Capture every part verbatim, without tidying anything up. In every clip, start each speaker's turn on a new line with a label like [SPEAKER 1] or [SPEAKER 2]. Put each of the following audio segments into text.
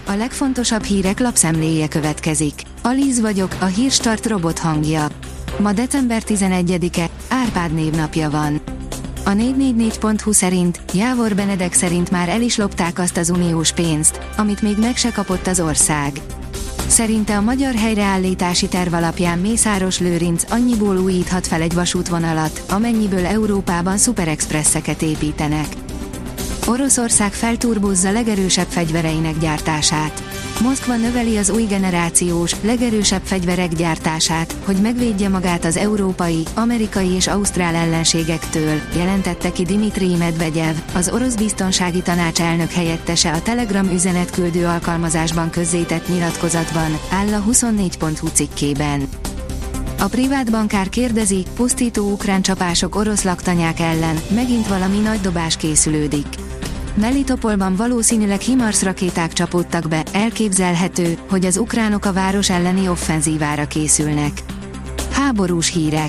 [SPEAKER 1] A legfontosabb hírek lapszemléje következik. Alíz vagyok, a Hírstart robot hangja. Ma december tizenegyedike, Árpád névnapja van. A négy négy négy pont hu szerint, Jávor Benedek szerint már el is lopták azt az uniós pénzt, amit még meg se kapott az ország. Szerinte a magyar helyreállítási terv alapján Mészáros Lőrinc annyiból újíthat fel egy vasútvonalat, amennyiből Európában szuperexpresszeket építenek. Oroszország felturbózza legerősebb fegyvereinek gyártását. Moszkva növeli az új generációs, legerősebb fegyverek gyártását, hogy megvédje magát az európai, amerikai és ausztrál ellenségektől, jelentette ki Dmitrij Medvegyev, az orosz biztonsági tanács elnök helyettese a Telegram üzenetküldő alkalmazásban közzétett nyilatkozatban, áll a huszonnégy pont hu cikkében. A privát bankár kérdezi, pusztító ukrán csapások orosz laktanyák ellen, megint valami nagy dobás készülődik. Melitopolban valószínűleg HIMARS rakéták csapódtak be, elképzelhető, hogy az ukránok a város elleni offenzívára készülnek. Háborús hírek.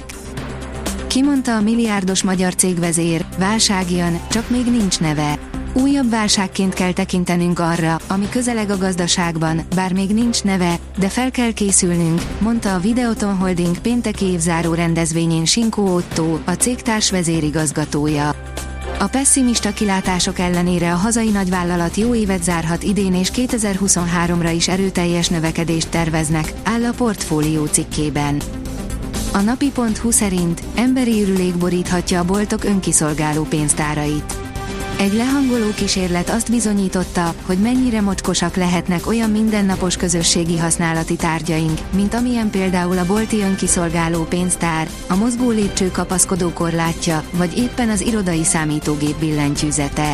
[SPEAKER 1] Kimondta a milliárdos magyar cégvezér, válság jön, csak még nincs neve. Újabb válságként kell tekintenünk arra, ami közeleg a gazdaságban, bár még nincs neve, de fel kell készülnünk, mondta a Videoton Holding pénteki évzáró rendezvényén Sinkó Ottó, a cég társvezérigazgatója. A pesszimista kilátások ellenére a hazai nagyvállalat jó évet zárhat idén és kétezer-huszonháromra is erőteljes növekedést terveznek, áll a Portfólió cikkében. A napi pont hu szerint emberi ürülék boríthatja a boltok önkiszolgáló pénztárait. Egy lehangoló kísérlet azt bizonyította, hogy mennyire mocskosak lehetnek olyan mindennapos közösségi használati tárgyaink, mint amilyen például a bolti önkiszolgáló pénztár, a mozgó lépcső kapaszkodó korlátja, vagy éppen az irodai számítógép billentyűzete.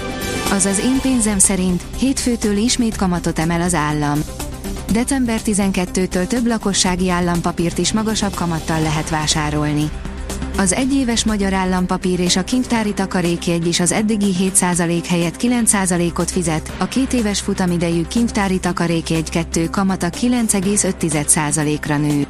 [SPEAKER 1] Azaz Én pénzem szerint hétfőtől ismét kamatot emel az állam. december tizenkettedikétől több lakossági állampapírt is magasabb kamattal lehet vásárolni. Az egyéves magyar állampapír és a kintári takarékjegy is az eddigi hét százalék helyett kilenc százalékot fizet, a két éves futamidejű kintári takarékjegy kettő kamata kilenc egész öt százalékra nő.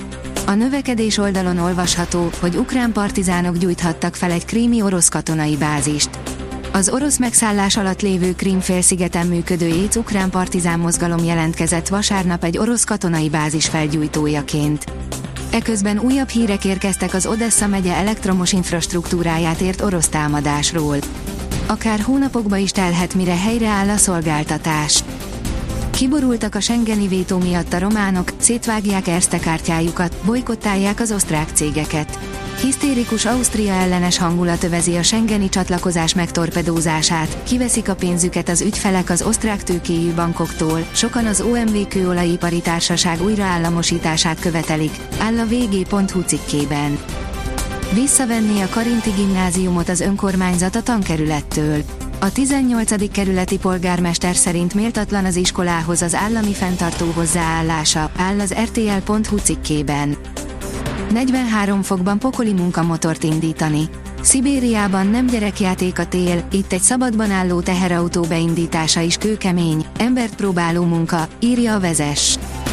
[SPEAKER 1] A növekedés oldalon olvasható, hogy ukrán partizánok gyújthattak fel egy krími orosz katonai bázist. Az orosz megszállás alatt lévő Krím-félszigeten működő éc ukrán partizán mozgalom jelentkezett vasárnap egy orosz katonai bázis felgyújtójaként. Eközben újabb hírek érkeztek az Odessa megye elektromos infrastruktúráját ért orosz támadásról. Akár hónapokba is telhet, mire helyreáll a szolgáltatás. Kiborultak a schengeni vétó miatt a románok, szétvágják Erste kártyájukat, bojkottálják az osztrák cégeket. Hisztérikus Ausztria ellenes hangulat övezi a schengeni csatlakozás megtorpedózását, kiveszik a pénzüket az ügyfelek az osztrák tőkéjű bankoktól, sokan az o em vé kőolajipari társaság újraállamosítását követelik, áll a vg pont hu cikkében. Visszavenni a Karinti gimnáziumot az önkormányzat a tankerülettől. A tizennyolcadik kerületi polgármester szerint méltatlan az iskolához az állami fenntartó hozzáállása, áll az er té el pont hu cikkében. negyvenhárom fokban pokoli munkamotort indítani. Szibériában nem gyerekjáték a tél, itt egy szabadban álló teherautó beindítása is kőkemény, embert próbáló munka, írja a Vezess.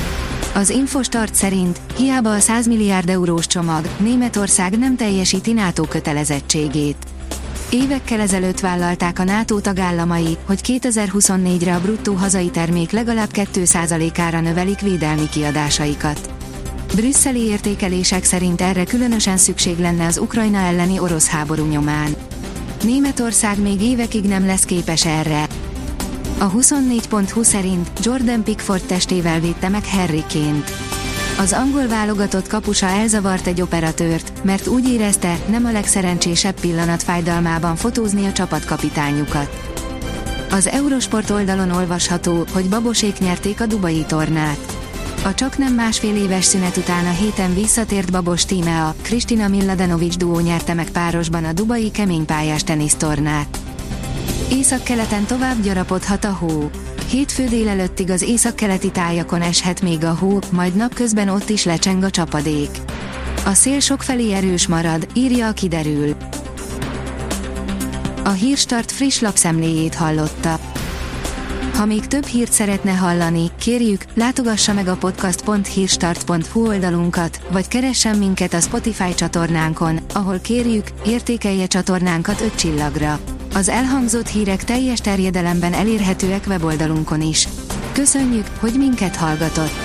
[SPEAKER 1] Az Infostart szerint hiába a száz milliárd eurós csomag, Németország nem teljesíti NATO kötelezettségét. Évekkel ezelőtt vállalták a NATO tagállamai, hogy kétezer-huszonnégyre a bruttó hazai termék legalább két százalékára növelik védelmi kiadásaikat. Brüsszeli értékelések szerint erre különösen szükség lenne az Ukrajna elleni orosz háború nyomán. Németország még évekig nem lesz képes erre. A huszonnégy pont hu szerint Jordan Pickford testével védte meg Harry Kane-t. Az angol válogatott kapusa elzavart egy operatőrt, mert úgy érezte, nem a legszerencsésebb pillanat fájdalmában fotózni a csapatkapitányukat. Az Eurosport oldalon olvasható, hogy babosék nyerték a dubai tornát. A csaknem másfél éves szünet után a héten visszatért Babos Tímea, Kristina Mladenovic duó nyerte meg párosban a dubai keménypályás tenisztornát. Északkeleten tovább gyarapodhat a hó. Hétfő délelőttig az északkeleti tájakon eshet még a hó, majd napközben ott is lecseng a csapadék. A szél sokfelé erős marad, írja a Kiderül. A Hírstart friss lapszemléjét hallotta. Ha még több hírt szeretne hallani, kérjük, látogassa meg a podcast pont hírstart pont hu oldalunkat, vagy keressen minket a Spotify csatornánkon, ahol kérjük, értékelje csatornánkat öt csillagra. Az elhangzott hírek teljes terjedelemben elérhetőek weboldalunkon is. Köszönjük, hogy minket hallgatott!